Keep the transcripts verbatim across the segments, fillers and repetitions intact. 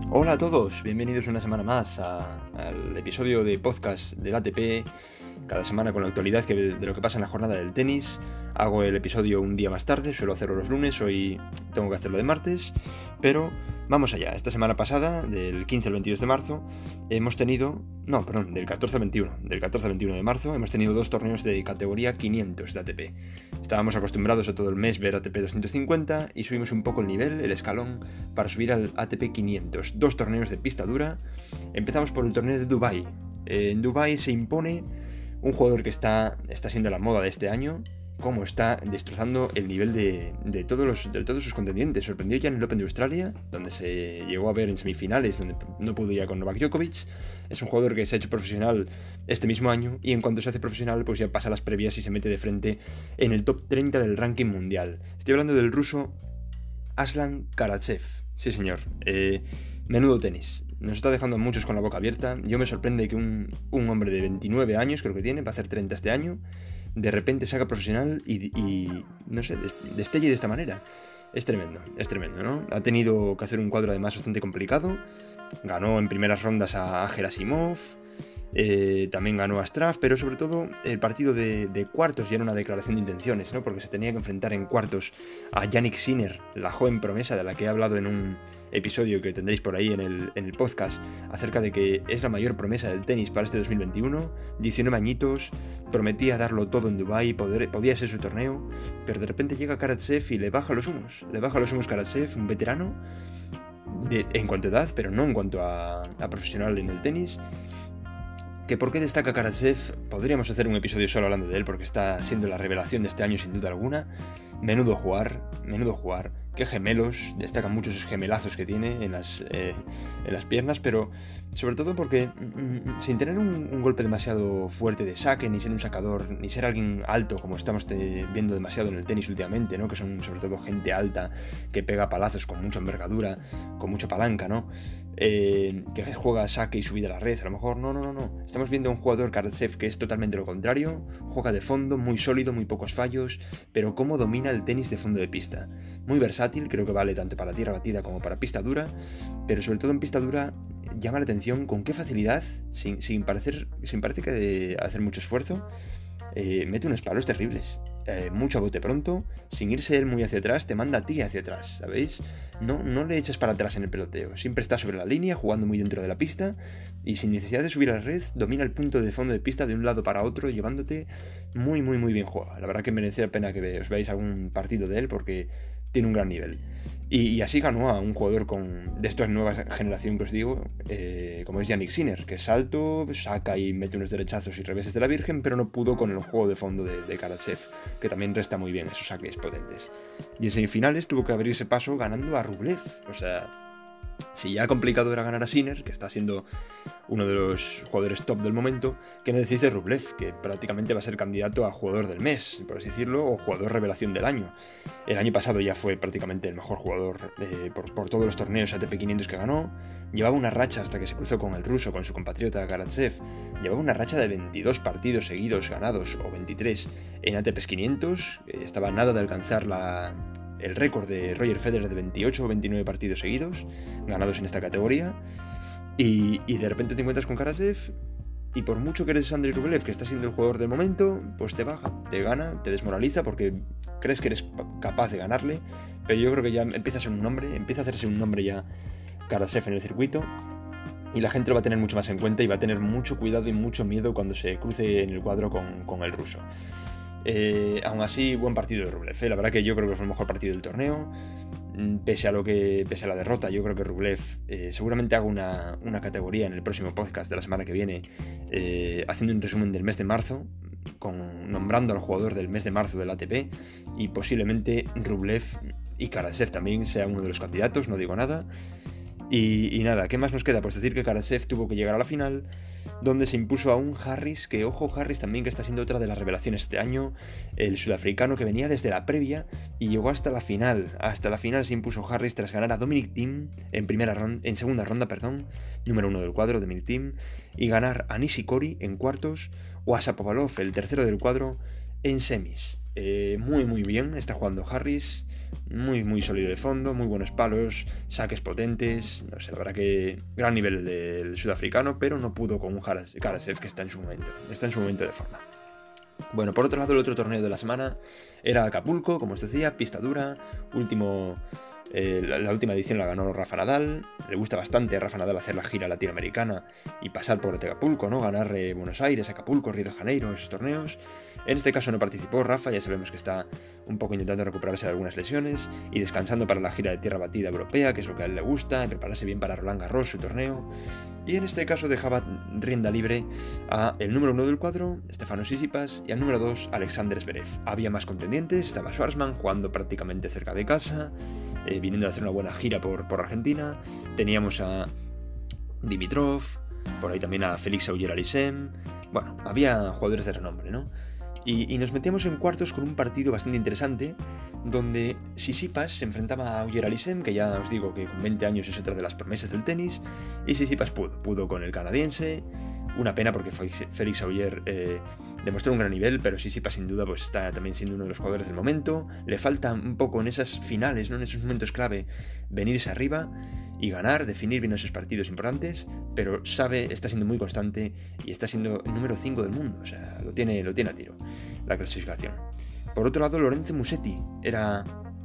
Hola a todos, bienvenidos una semana más a, al episodio de podcast del A T P, cada semana con la actualidad que, de lo que pasa en la jornada del tenis. Hago el episodio un día más tarde, suelo hacerlo los lunes, hoy tengo que hacerlo de martes, pero vamos allá. Esta semana pasada, del quince al veintidós de marzo, hemos tenido, no, perdón, del catorce al veintiuno, del catorce al veintiuno de marzo, hemos tenido dos torneos de categoría quinientos de A T P. Estábamos acostumbrados a todo el mes ver A T P doscientos cincuenta y subimos un poco el nivel, el escalón, para subir al A T P quinientos. Dos torneos de pista dura. Empezamos por el torneo de Dubái. Eh, en Dubái se impone un jugador que está, está siendo la moda de este año, como está destrozando el nivel de, de, todos los, de todos sus contendientes. Sorprendió ya en el Open de Australia, donde se llegó a ver en semifinales, donde no pudo ir con Novak Djokovic. Es un jugador que se ha hecho profesional este mismo año, y en cuanto se hace profesional, pues ya pasa las previas y se mete de frente en el top treinta del ranking mundial. Estoy hablando del ruso Aslan Karatsev. Sí, señor. Eh, menudo tenis. Nos está dejando a muchos con la boca abierta. Yo me sorprende que un, un hombre de veintinueve años, creo que tiene, va a hacer treinta este año, de repente se haga profesional y, y no sé, destelle de esta manera. Es tremendo, es tremendo, ¿no? Ha tenido que hacer un cuadro además bastante complicado. Ganó en primeras rondas a Gerasimov, eh, también ganó a Struff, pero sobre todo el partido de, de cuartos ya era una declaración de intenciones, ¿no? Porque se tenía que enfrentar en cuartos a Jannik Sinner, la joven promesa de la que he hablado en un episodio que tendréis por ahí en el, en el podcast, acerca de que es la mayor promesa del tenis para este dos mil veintiuno, diecinueve añitos, prometía darlo todo en Dubái, poder, podía ser su torneo, pero de repente llega Karatsev y le baja los humos, le baja los humos Karatsev, un veterano, de, en cuanto a edad, pero no en cuanto a, a profesional en el tenis. ¿Que por qué destaca Karatsev? Podríamos hacer un episodio solo hablando de él, porque está siendo la revelación de este año sin duda alguna. Menudo jugar, menudo jugar. Qué gemelos, destacan mucho esos gemelazos que tiene en las, eh, en las piernas, pero sobre todo porque mm, sin tener un, un golpe demasiado fuerte de saque, ni ser un sacador, ni ser alguien alto, como estamos te, viendo demasiado en el tenis últimamente, ¿no? Que son sobre todo gente alta, que pega palazos con mucha envergadura, con mucha palanca, ¿no? Eh, que juega saque y subida a la red, a lo mejor, no, no, no, no. Estamos viendo a un jugador, Karatsev, que es totalmente lo contrario, juega de fondo, muy sólido, muy pocos fallos, pero cómo domina el tenis de fondo de pista. Muy versátil, creo que vale tanto para tierra batida como para pista dura, pero sobre todo en pista dura llama la atención con qué facilidad, sin, sin parecer, sin parecer que de hacer mucho esfuerzo, eh, mete unos palos terribles. Eh, mucho a bote pronto, sin irse él muy hacia atrás, te manda a ti hacia atrás, ¿sabéis? No, no le echas para atrás en el peloteo, siempre está sobre la línea, jugando muy dentro de la pista, y sin necesidad de subir a la red, domina el punto de fondo de pista de un lado para otro, llevándote muy, muy, muy bien jugado. La verdad que merece la pena que os veáis algún partido de él, porque tiene un gran nivel. Y, y así ganó a un jugador con, de esta nueva generación que os digo, eh, como es Jannik Sinner, que es alto, saca y mete unos derechazos y reveses de la Virgen, pero no pudo con el juego de fondo de, de Karatsev, que también resta muy bien esos saques potentes. Y en semifinales tuvo que abrirse paso ganando a Rublev. O sea, si ya complicado era ganar a Sinner, que está siendo uno de los jugadores top del momento, ¿qué me decís de Rublev? Que prácticamente va a ser candidato a jugador del mes, por así decirlo, o jugador revelación del año. El año pasado ya fue prácticamente el mejor jugador eh, por, por todos los torneos A T P quinientos que ganó. Llevaba una racha hasta que se cruzó con el ruso, con su compatriota Karatsev. Llevaba una racha de veintidós partidos seguidos ganados, o veintitrés, en A T P quinientos. Eh, estaba nada de alcanzar la... el récord de Roger Federer de veintiocho o veintinueve partidos seguidos ganados en esta categoría, y, y de repente te encuentras con Karatsev, y por mucho que eres Andrei Rublev, que está siendo el jugador del momento, pues te baja, te gana, te desmoraliza porque crees que eres capaz de ganarle, pero yo creo que ya empieza a ser un nombre, empieza a hacerse un nombre ya Karatsev en el circuito, y la gente lo va a tener mucho más en cuenta y va a tener mucho cuidado y mucho miedo cuando se cruce en el cuadro con, con el ruso. Eh, aún así, buen partido de Rublev, ¿eh? La verdad que yo creo que fue el mejor partido del torneo. Pese a lo que pese a la derrota, yo creo que Rublev, eh, seguramente hago una, una categoría en el próximo podcast de la semana que viene, eh, haciendo un resumen del mes de marzo, con, nombrando al jugador del mes de marzo del A T P, y posiblemente Rublev y Karatsev también sea uno de los candidatos, no digo nada. Y, y nada, ¿qué más nos queda? Pues decir que Karatsev tuvo que llegar a la final, donde se impuso a un Harris, que ojo, Harris también, que está siendo otra de las revelaciones este año, el sudafricano que venía desde la previa y llegó hasta la final. Hasta la final se impuso Harris tras ganar a Dominic Thiem en, primera ronda, en segunda ronda, perdón, número uno del cuadro, Dominic Thiem, y ganar a Nishikori en cuartos, o a Shapovalov, el tercero del cuadro, en semis. Eh, muy muy bien está jugando Harris. muy muy sólido de fondo, muy buenos palos, saques potentes, no sé, la verdad que gran nivel del sudafricano, pero no pudo con un Karasev que está en su momento, está en su momento de forma. Bueno, por otro lado, el otro torneo de la semana era Acapulco, como os decía, pista dura, último... Eh, la, la última edición la ganó Rafa Nadal. Le gusta bastante a Rafa Nadal hacer la gira latinoamericana y pasar por Acapulco, ¿no? Ganar eh, Buenos Aires, Acapulco, Río de Janeiro, esos torneos. En este caso no participó Rafa, ya sabemos que está un poco intentando recuperarse de algunas lesiones y descansando para la gira de tierra batida europea, que es lo que a él le gusta, y prepararse bien para Roland Garros, su torneo. Y en este caso dejaba rienda libre a el número uno del cuadro, Stefanos Tsitsipas, y al número dos, Alexander Zverev. Había más contendientes, estaba Schwartzman jugando prácticamente cerca de casa, eh, viniendo a hacer una buena gira por, por Argentina. Teníamos a Dimitrov, por ahí también a Félix Auger-Aliassime. Bueno, había jugadores de renombre, ¿no? Y, y nos metíamos en cuartos con un partido bastante interesante, donde Tsitsipas se enfrentaba a Auger-Aliassime, que ya os digo que con veinte años es otra de las promesas del tenis, y Tsitsipas pudo, pudo con el canadiense. Una pena porque Félix Auger eh, demostró un gran nivel, pero Tsitsipas sin duda pues está también siendo uno de los jugadores del momento. Le falta un poco en esas finales, ¿no? En esos momentos clave, venirse arriba y ganar, definir bien esos partidos importantes, pero sabe, está siendo muy constante y está siendo el número cinco del mundo, o sea, lo tiene, lo tiene a tiro la clasificación. Por otro lado, Lorenzo Musetti era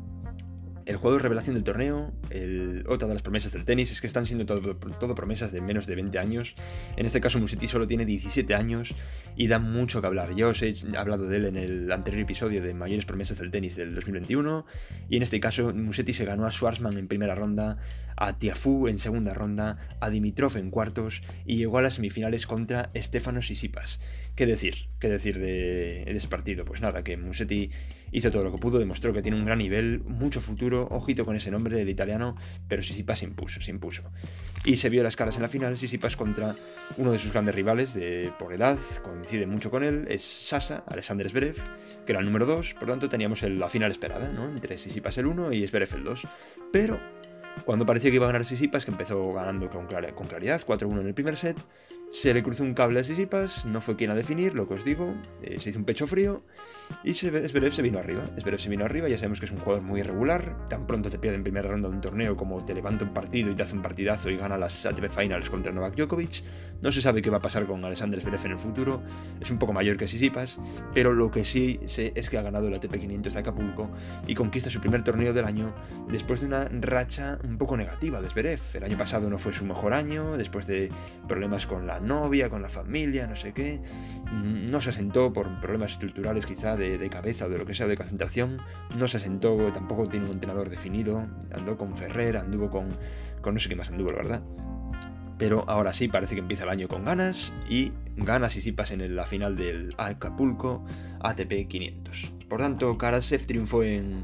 el jugador revelación del torneo, el, otra de las promesas del tenis. Es que están siendo todo, todo promesas de menos de veinte años. En este caso Musetti solo tiene diecisiete años y da mucho que hablar. Ya os he hablado de él en el anterior episodio de mayores promesas del tenis del dos mil veintiuno, y en este caso Musetti se ganó a Schwartzman en primera ronda, a Tiafoe en segunda ronda, a Dimitrov en cuartos y llegó a las semifinales contra Stefanos Tsitsipas. ¿Qué decir? ¿Qué decir de, de ese partido? Pues nada, que Musetti hizo todo lo que pudo, demostró que tiene un gran nivel, mucho futuro, ojito con ese nombre del italiano, pero Tsitsipas se impuso, se impuso. Y se vio las caras en la final, Tsitsipas contra uno de sus grandes rivales de, por edad, coincide mucho con él, es Sasa, Alexander Zverev, que era el número dos, por lo tanto teníamos el, la final esperada, ¿no? Entre Tsitsipas el uno y Zverev el dos. Pero cuando parecía que iba a ganar Tsitsipas, que empezó ganando con, clar- con claridad, cuatro uno en el primer set, se le cruzó un cable a Tsitsipas, no fue quien a definir, lo que os digo, eh, se hizo un pecho frío y Zverev se vino arriba. Zverev se vino arriba, ya sabemos que es un jugador muy irregular, tan pronto te pierde en primera ronda de un torneo como te levanta un partido y te hace un partidazo y gana las A T P Finals contra Novak Djokovic. No se sabe qué va a pasar con Alexander Zverev en el futuro, es un poco mayor que Tsitsipas, pero lo que sí sé es que ha ganado el A T P quinientos de Acapulco y conquista su primer torneo del año después de una racha un poco negativa de Zverev. El año pasado no fue su mejor año, después de problemas con la novia, con la familia, no sé qué, no se asentó por problemas estructurales quizá de, de cabeza o de lo que sea, de concentración, no se asentó, tampoco tiene un entrenador definido, andó con Ferrer, anduvo con, con no sé qué más anduvo, la verdad. Pero ahora sí, parece que empieza el año con ganas y gana Tsitsipas en la final del Acapulco A T P quinientos. Por tanto, Karasev triunfó en,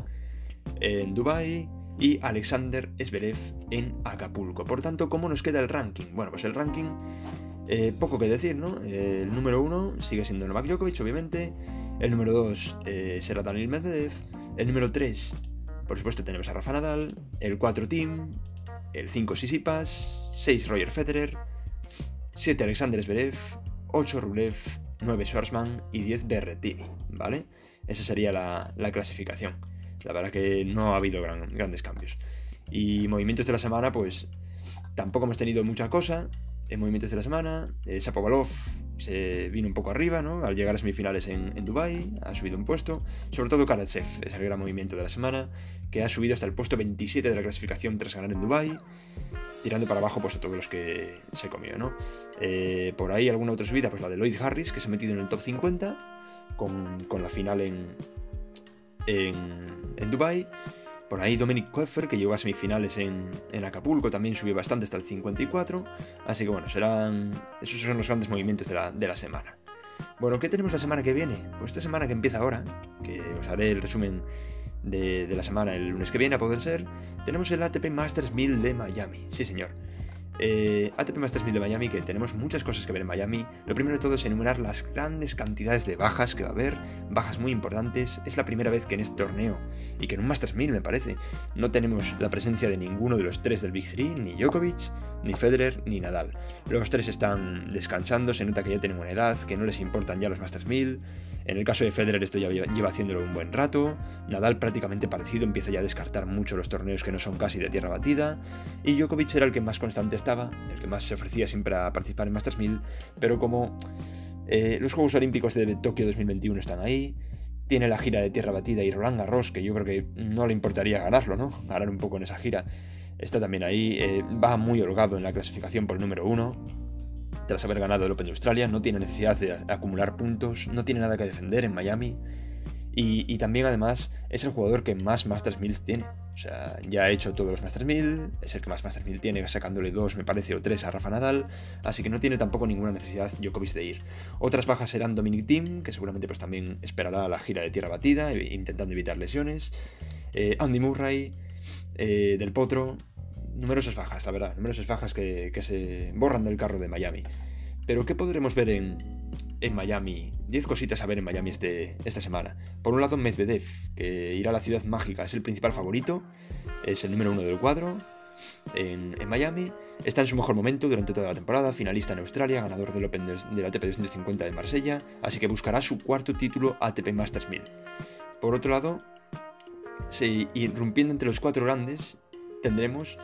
en Dubái y Alexander Zverev en Acapulco. Por tanto, ¿cómo nos queda el ranking? Bueno, pues el ranking, eh, poco que decir, ¿no? Eh, el número uno sigue siendo Novak Djokovic, obviamente. El número dos eh, será Daniil Medvedev. El número tres, por supuesto, tenemos a Rafa Nadal. El cuatro Thiem. El cinco Tsitsipas. seis Roger Federer. siete Alexander Zverev. ocho Rublev. nueve Schwartzman y diez Berrettini, ¿vale? Esa sería la, la clasificación. La verdad que no ha habido gran, grandes cambios. Y movimientos de la semana, pues tampoco hemos tenido mucha cosa. En movimientos de la semana, eh, Shapovalov se vino un poco arriba, ¿no? Al llegar a semifinales en, en Dubái, ha subido un puesto. Sobre todo Karatsev es el gran movimiento de la semana, que ha subido hasta el puesto veintisiete de la clasificación tras ganar en Dubái, tirando para abajo pues a todos los que se comió, ¿no? Eh, por ahí alguna otra subida, pues la de Lloyd Harris, que se ha metido en el top cincuenta con, con la final en, en, en Dubái. Por ahí Dominic Koepfer, que llegó a semifinales en, en Acapulco, también subió bastante hasta el cincuenta y cuatro. Así que bueno, serán esos son los grandes movimientos de la, de la semana. Bueno, ¿qué tenemos la semana que viene? Pues esta semana que empieza ahora, que os haré el resumen de, de la semana el lunes que viene, a poder ser, tenemos el A T P Masters mil de Miami. Sí, señor. Eh, A T P Masters mil de Miami, que tenemos muchas cosas que ver en Miami. Lo primero de todo es enumerar las grandes cantidades de bajas que va a haber, bajas muy importantes. Es la primera vez que en este torneo, y que en un Masters mil me parece, no tenemos la presencia de ninguno de los tres del Big Three, ni Djokovic, ni Federer, ni Nadal. Los tres están descansando, se nota que ya tienen una edad, que no les importan ya los Masters mil. En el caso de Federer esto ya lleva haciéndolo un buen rato. Nadal prácticamente parecido, empieza ya a descartar mucho los torneos que no son casi de tierra batida. Y Djokovic era el que más constante estaba, el que más se ofrecía siempre a participar en Masters mil. Pero como eh, los Juegos Olímpicos de Tokio dos mil veintiuno están ahí, tiene la gira de tierra batida y Roland Garros, que yo creo que no le importaría ganarlo, ¿no? Ganar un poco en esa gira. Está también ahí, eh, va muy holgado en la clasificación por el número uno. Tras haber ganado el Open de Australia, no tiene necesidad de acumular puntos, no tiene nada que defender en Miami. Y, y también además es el jugador que más Masters mil tiene. O sea, ya ha hecho todos los Masters mil, es el que más Masters mil tiene, sacándole dos, me parece, o tres a Rafa Nadal. Así que no tiene tampoco ninguna necesidad Djokovic de ir. Otras bajas serán Dominic Thiem, que seguramente pues también esperará la gira de tierra batida, intentando evitar lesiones. Eh, Andy Murray, eh, Del Potro. Numerosas bajas, la verdad, numerosas bajas que, que se borran del carro de Miami. Pero ¿qué podremos ver en, en Miami? diez cositas a ver en Miami este, esta semana. Por un lado, Medvedev, que irá a la ciudad mágica, es el principal favorito, es el número uno del cuadro en, en Miami. Está en su mejor momento durante toda la temporada, finalista en Australia, ganador del Open de, del A T P doscientos cincuenta de Marsella, así que buscará su cuarto título A T P Masters mil. Por otro lado, se, irrumpiendo entre los cuatro grandes, tendremos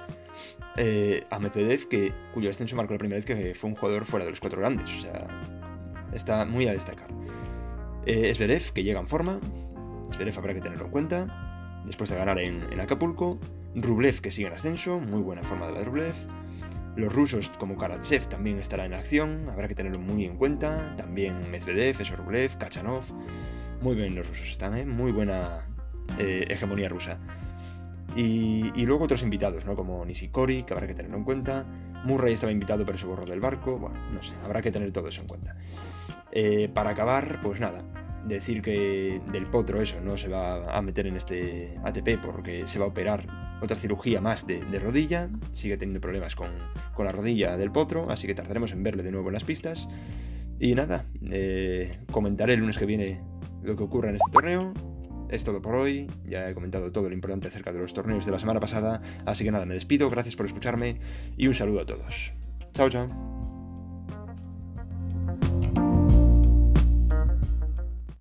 eh, a Medvedev, que, cuyo ascenso marcó la primera vez que fue un jugador fuera de los cuatro grandes, o sea, está muy a destacar. Eh, Zverev, que llega en forma, Zverev habrá que tenerlo en cuenta, después de ganar en, en Acapulco. Rublev, que sigue en ascenso, muy buena forma de la de Rublev. Los rusos, como Karatsev, también estará en acción, habrá que tenerlo muy en cuenta. También Medvedev, eso Rublev, Kachanov, muy bien los rusos están, ¿eh? Muy buena eh, hegemonía rusa. Y, y luego otros invitados, ¿no? Como Nishikori, que habrá que tenerlo en cuenta. Murray estaba invitado pero se borró del barco. Bueno, no sé, habrá que tener todo eso en cuenta. Eh, para acabar, pues nada, decir que Del Potro eso no se va a meter en este A T P porque se va a operar otra cirugía más de, de rodilla. Sigue teniendo problemas con, con la rodilla Del Potro, así que tardaremos en verle de nuevo en las pistas. Y nada, eh, comentaré el lunes que viene lo que ocurra en este torneo. Es todo por hoy, ya he comentado todo lo importante acerca de los torneos de la semana pasada, así que nada, me despido, gracias por escucharme y un saludo a todos. Chao, chao.